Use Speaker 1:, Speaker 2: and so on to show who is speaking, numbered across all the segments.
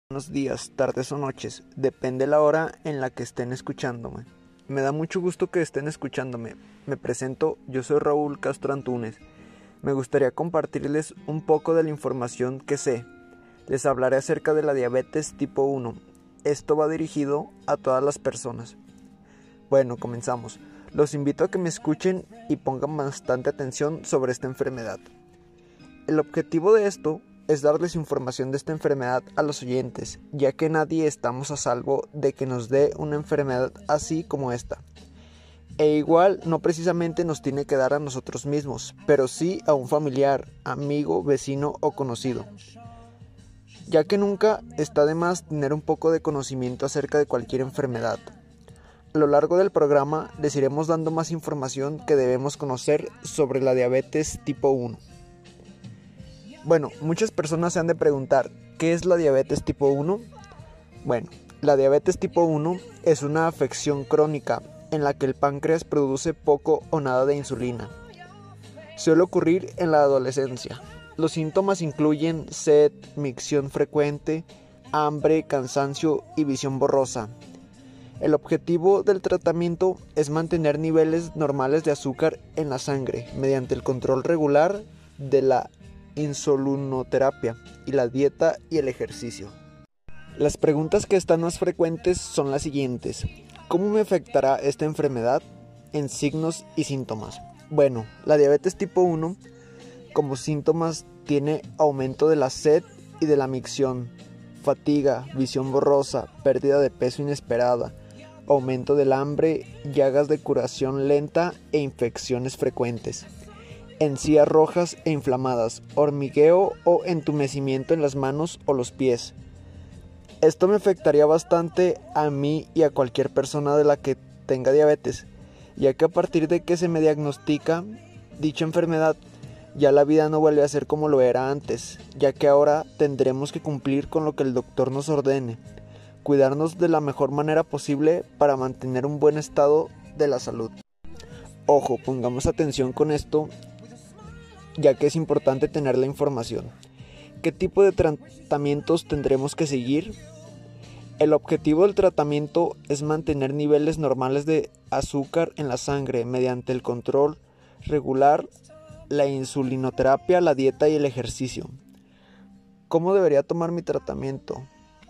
Speaker 1: Buenos días, tardes o noches, depende la hora en la que estén escuchándome. Me da mucho gusto que estén escuchándome. Me presento, yo soy Raúl Castro Antúnez. Me gustaría compartirles un poco de la información que sé. Les hablaré acerca de la diabetes tipo 1. Esto va dirigido a todas las personas. Bueno, comenzamos. Los invito a que me escuchen y pongan bastante atención sobre esta enfermedad. El objetivo de esto es darles información de esta enfermedad a los oyentes, ya que nadie estamos a salvo de que nos dé una enfermedad así como esta. E igual no precisamente nos tiene que dar a nosotros mismos, pero sí a un familiar, amigo, vecino o conocido. Ya que nunca está de más tener un poco de conocimiento acerca de cualquier enfermedad. A lo largo del programa les iremos dando más información que debemos conocer sobre la diabetes tipo 1. Bueno, muchas personas se han de preguntar, ¿qué es la diabetes tipo 1? Bueno, la diabetes tipo 1 es una afección crónica en la que el páncreas produce poco o nada de insulina. Suele ocurrir en la adolescencia. Los síntomas incluyen sed, micción frecuente, hambre, cansancio y visión borrosa. El objetivo del tratamiento es mantener niveles normales de azúcar en la sangre mediante el control regular de la insulinoterapia y la dieta y el ejercicio. Las preguntas que están más frecuentes son las siguientes. ¿Cómo me afectará esta enfermedad? En signos y síntomas. Bueno, la diabetes tipo 1 como síntomas tiene aumento de la sed y de la micción, fatiga, visión borrosa, pérdida de peso inesperada, aumento del hambre, llagas de curación lenta e infecciones frecuentes. Encías rojas e inflamadas, hormigueo o entumecimiento en las manos o los pies. Esto me afectaría bastante a mí y a cualquier persona de la que tenga diabetes, ya que a partir de que se me diagnostica dicha enfermedad, ya la vida no vuelve a ser como lo era antes, ya que ahora tendremos que cumplir con lo que el doctor nos ordene, cuidarnos de la mejor manera posible para mantener un buen estado de la salud. Ojo, pongamos atención con esto, ya que es importante tener la información. ¿Qué tipo de tratamientos tendremos que seguir? El objetivo del tratamiento es mantener niveles normales de azúcar en la sangre mediante el control regular, la insulinoterapia, la dieta y el ejercicio. ¿Cómo debería tomar mi tratamiento?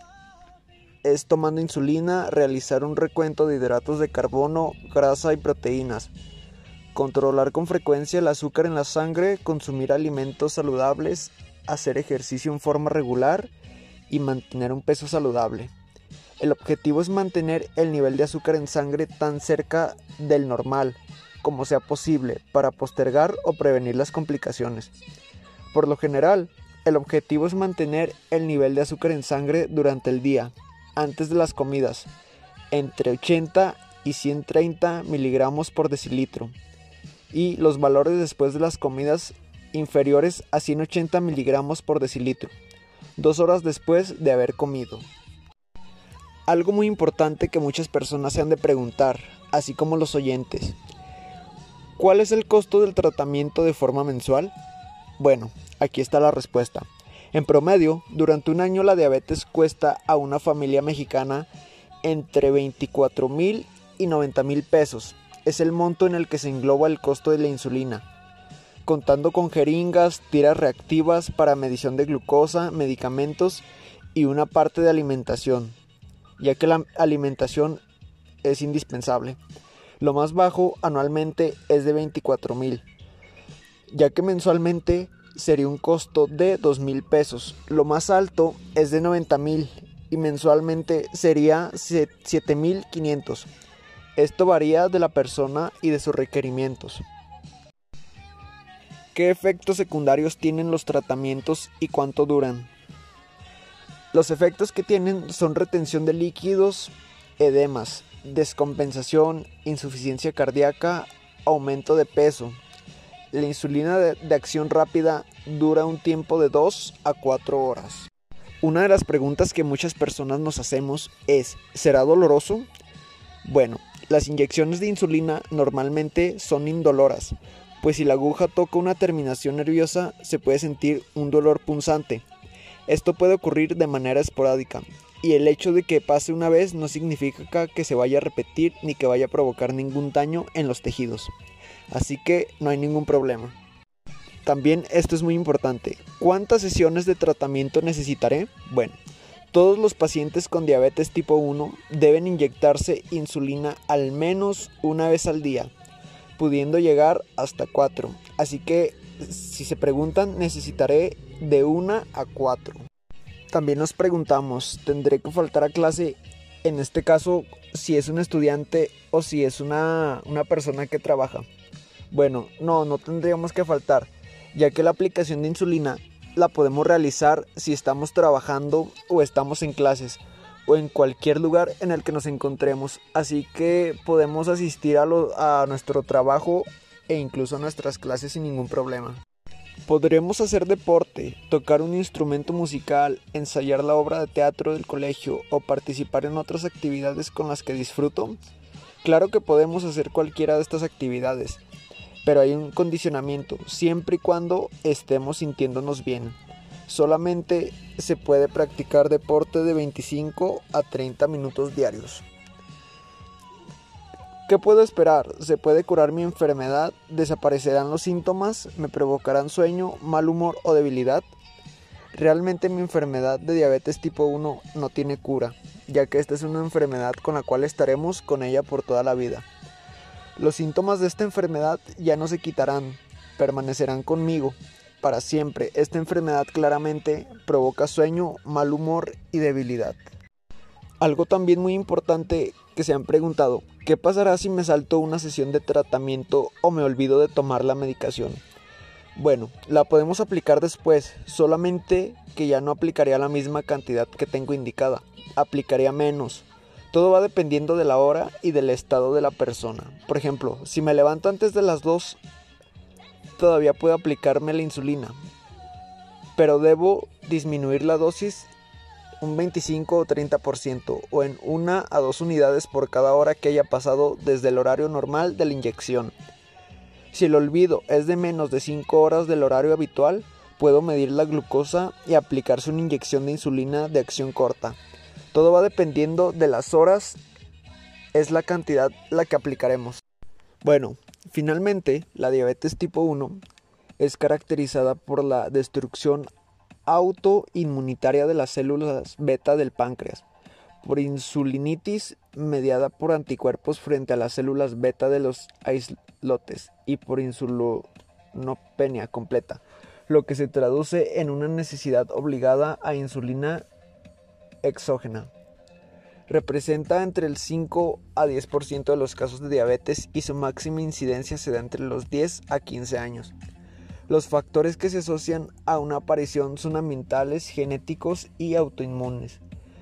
Speaker 1: Es tomando insulina, realizar un recuento de hidratos de carbono, grasa y proteínas. Controlar con frecuencia el azúcar en la sangre, consumir alimentos saludables, hacer ejercicio en forma regular y mantener un peso saludable. El objetivo es mantener el nivel de azúcar en sangre tan cerca del normal como sea posible para postergar o prevenir las complicaciones. Por lo general, el objetivo es mantener el nivel de azúcar en sangre durante el día, antes de las comidas, entre 80 y 130 miligramos por decilitro. Y los valores después de las comidas inferiores a 180 miligramos por decilitro, 2 horas después de haber comido. Algo muy importante que muchas personas se han de preguntar, así como los oyentes. ¿Cuál es el costo del tratamiento de forma mensual? Bueno, aquí está la respuesta. En promedio, durante un año la diabetes cuesta a una familia mexicana entre 24,000 y 90,000 pesos. Es el monto en el que se engloba el costo de la insulina, contando con jeringas, tiras reactivas para medición de glucosa, medicamentos y una parte de alimentación, ya que la alimentación es indispensable. Lo más bajo anualmente es de 24,000, ya que mensualmente sería un costo de 2,000 pesos. Lo más alto es de 90,000 y mensualmente sería 7,500. Esto varía de la persona y de sus requerimientos. ¿Qué efectos secundarios tienen los tratamientos y cuánto duran? Los efectos que tienen son retención de líquidos, edemas, descompensación, insuficiencia cardíaca, aumento de peso. La insulina de acción rápida dura un tiempo de 2 a 4 horas. Una de las preguntas que muchas personas nos hacemos es, ¿será doloroso? Bueno, las inyecciones de insulina normalmente son indoloras, pues si la aguja toca una terminación nerviosa se puede sentir un dolor punzante. Esto puede ocurrir de manera esporádica, y el hecho de que pase una vez no significa que se vaya a repetir ni que vaya a provocar ningún daño en los tejidos. Así que no hay ningún problema. También esto es muy importante. ¿Cuántas sesiones de tratamiento necesitaré? Bueno, todos los pacientes con diabetes tipo 1 deben inyectarse insulina al menos una vez al día, pudiendo llegar hasta 4. Así que, si se preguntan, necesitaré de 1 a 4. También nos preguntamos, ¿tendré que faltar a clase? En este caso, si es un estudiante o si es una persona que trabaja. Bueno, no tendríamos que faltar, ya que la aplicación de insulina la podemos realizar si estamos trabajando o estamos en clases o en cualquier lugar en el que nos encontremos. Así que podemos asistir a nuestro trabajo e incluso a nuestras clases sin ningún problema. Podremos hacer deporte, tocar un instrumento musical, ensayar la obra de teatro del colegio o participar en otras actividades con las que disfruto. Claro que podemos hacer cualquiera de estas actividades, pero hay un condicionamiento, siempre y cuando estemos sintiéndonos bien. Solamente se puede practicar deporte de 25 a 30 minutos diarios. ¿Qué puedo esperar? ¿Se puede curar mi enfermedad? ¿Desaparecerán los síntomas? ¿Me provocarán sueño, mal humor o debilidad? Realmente mi enfermedad de diabetes tipo 1 no tiene cura, ya que esta es una enfermedad con la cual estaremos con ella por toda la vida. Los síntomas de esta enfermedad ya no se quitarán, permanecerán conmigo para siempre. Esta enfermedad claramente provoca sueño, mal humor y debilidad. Algo también muy importante que se han preguntado, ¿qué pasará si me salto una sesión de tratamiento o me olvido de tomar la medicación? Bueno, la podemos aplicar después, solamente que ya no aplicaría la misma cantidad que tengo indicada, aplicaría menos. Todo va dependiendo de la hora y del estado de la persona. Por ejemplo, si me levanto antes de las 2, todavía puedo aplicarme la insulina, pero debo disminuir la dosis un 25 o 30% o en 1 a 2 unidades por cada hora que haya pasado desde el horario normal de la inyección. Si el olvido es de menos de 5 horas del horario habitual, puedo medir la glucosa y aplicarse una inyección de insulina de acción corta. Todo va dependiendo de las horas, es la cantidad la que aplicaremos. Bueno, finalmente, la diabetes tipo 1 es caracterizada por la destrucción autoinmunitaria de las células beta del páncreas, por insulinitis mediada por anticuerpos frente a las células beta de los islotes y por insulinopenia completa, lo que se traduce en una necesidad obligada a insulina exógena. Representa entre el 5 a 10% de los casos de diabetes y su máxima incidencia se da entre los 10 a 15 años. Los factores que se asocian a una aparición son ambientales, genéticos y autoinmunes.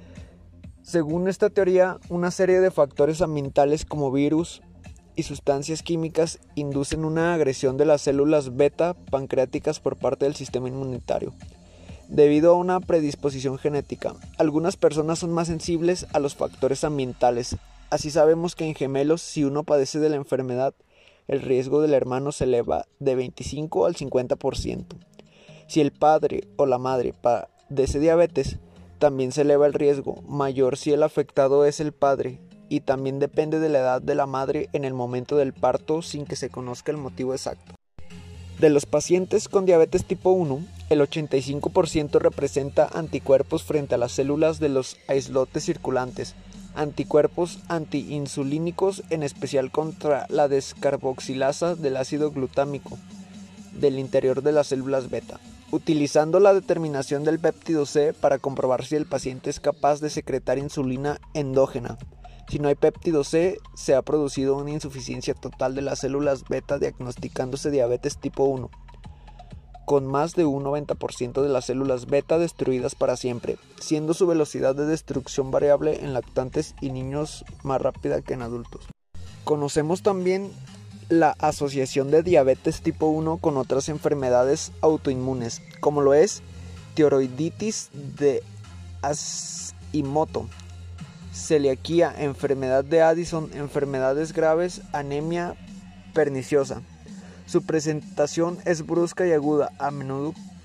Speaker 1: Según esta teoría, una serie de factores ambientales como virus y sustancias químicas inducen una agresión de las células beta pancreáticas por parte del sistema inmunitario. Debido a una predisposición genética, algunas personas son más sensibles a los factores ambientales. Así sabemos que en gemelos, si uno padece de la enfermedad, el riesgo del hermano se eleva de 25 al 50%. Si el padre o la madre padece diabetes, también se eleva el riesgo, mayor si el afectado es el padre, y también depende de la edad de la madre en el momento del parto sin que se conozca el motivo exacto. De los pacientes con diabetes tipo 1, el 85% representa anticuerpos frente a las células de los islotes circulantes, anticuerpos antiinsulínicos, en especial contra la descarboxilasa del ácido glutámico del interior de las células beta, utilizando la determinación del péptido C para comprobar si el paciente es capaz de secretar insulina endógena. Si no hay péptido C, se ha producido una insuficiencia total de las células beta, diagnosticándose diabetes tipo 1, con más de un 90% de las células beta destruidas para siempre, siendo su velocidad de destrucción variable en lactantes y niños más rápida que en adultos. Conocemos también la asociación de diabetes tipo 1 con otras enfermedades autoinmunes, como lo es tiroiditis de Hashimoto, celiaquía, enfermedad de Addison, enfermedades graves, anemia perniciosa. Su presentación es brusca y aguda, a menudo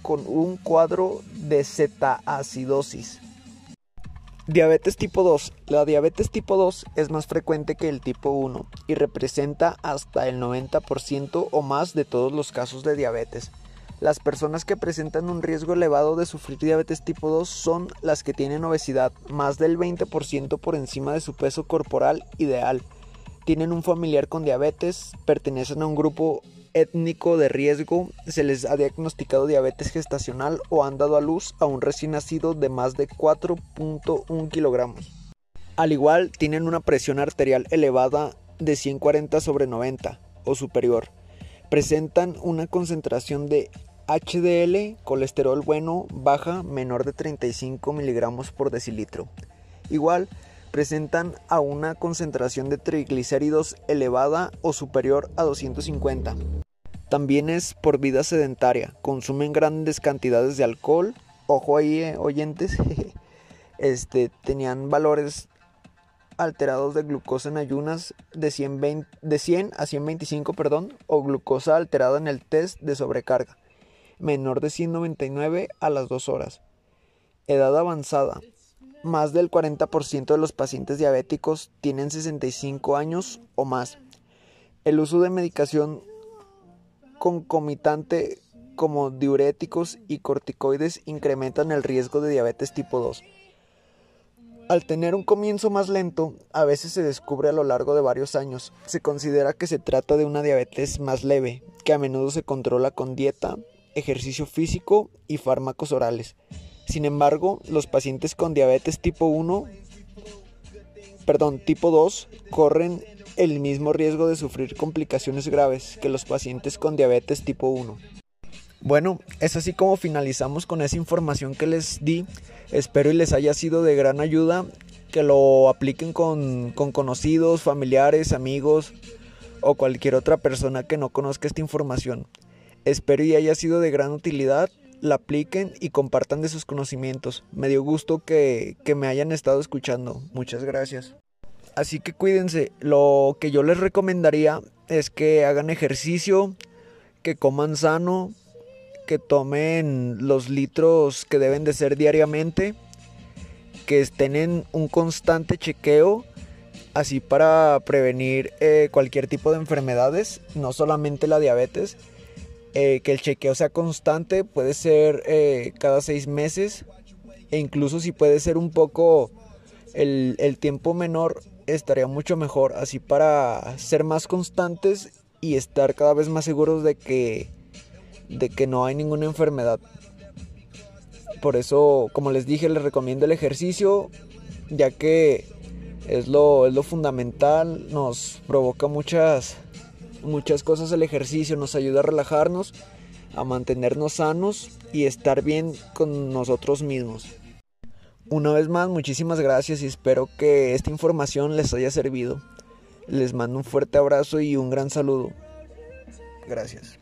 Speaker 1: con un cuadro de cetoacidosis. Diabetes tipo 2. La diabetes tipo 2 es más frecuente que el tipo 1 y representa hasta el 90% o más de todos los casos de diabetes. Las personas que presentan un riesgo elevado de sufrir diabetes tipo 2 son las que tienen obesidad, más del 20% por encima de su peso corporal ideal, tienen un familiar con diabetes, pertenecen a un grupo étnico de riesgo, se les ha diagnosticado diabetes gestacional o han dado a luz a un recién nacido de más de 4.1 kilogramos. Al igual, tienen una presión arterial elevada de 140/90 o superior. Presentan una concentración de HDL, colesterol bueno, baja, menor de 35 miligramos por decilitro. Igual, presentan a una concentración de triglicéridos elevada o superior a 250. También es por vida sedentaria, consumen grandes cantidades de alcohol, ojo ahí oyentes, tenían valores alterados de glucosa en ayunas de 100 a 125, o glucosa alterada en el test de sobrecarga, menor de 199 a las 2 horas. Edad avanzada. Más del 40% de los pacientes diabéticos tienen 65 años o más. El uso de medicación concomitante como diuréticos y corticoides incrementan el riesgo de diabetes tipo 2. Al tener un comienzo más lento, a veces se descubre a lo largo de varios años. Se considera que se trata de una diabetes más leve, que a menudo se controla con dieta, ejercicio físico y fármacos orales. Sin embargo, los pacientes con diabetes tipo 2 corren el mismo riesgo de sufrir complicaciones graves que los pacientes con diabetes tipo 1. Bueno, es así como finalizamos con esa información que les di. Espero y les haya sido de gran ayuda, que lo apliquen con conocidos, familiares, amigos o cualquier otra persona que no conozca esta información. Espero y haya sido de gran utilidad. La apliquen y compartan de sus conocimientos. Me dio gusto que me hayan estado escuchando. Muchas gracias. Así que cuídense. Lo que yo les recomendaría es que hagan ejercicio, que coman sano, que tomen los litros que deben de ser diariamente, que estén en un constante chequeo, así para prevenir cualquier tipo de enfermedades, no solamente la diabetes. Que el chequeo sea constante, puede ser cada 6 meses, e incluso si puede ser un poco el tiempo menor, estaría mucho mejor, así para ser más constantes y estar cada vez más seguros de que no hay ninguna enfermedad. Por eso, como les dije, les recomiendo el ejercicio, ya que es lo fundamental, nos provoca muchas cosas el ejercicio, nos ayuda a relajarnos, a mantenernos sanos y estar bien con nosotros mismos. Una vez más, muchísimas gracias y espero que esta información les haya servido. Les mando un fuerte abrazo y un gran saludo. Gracias.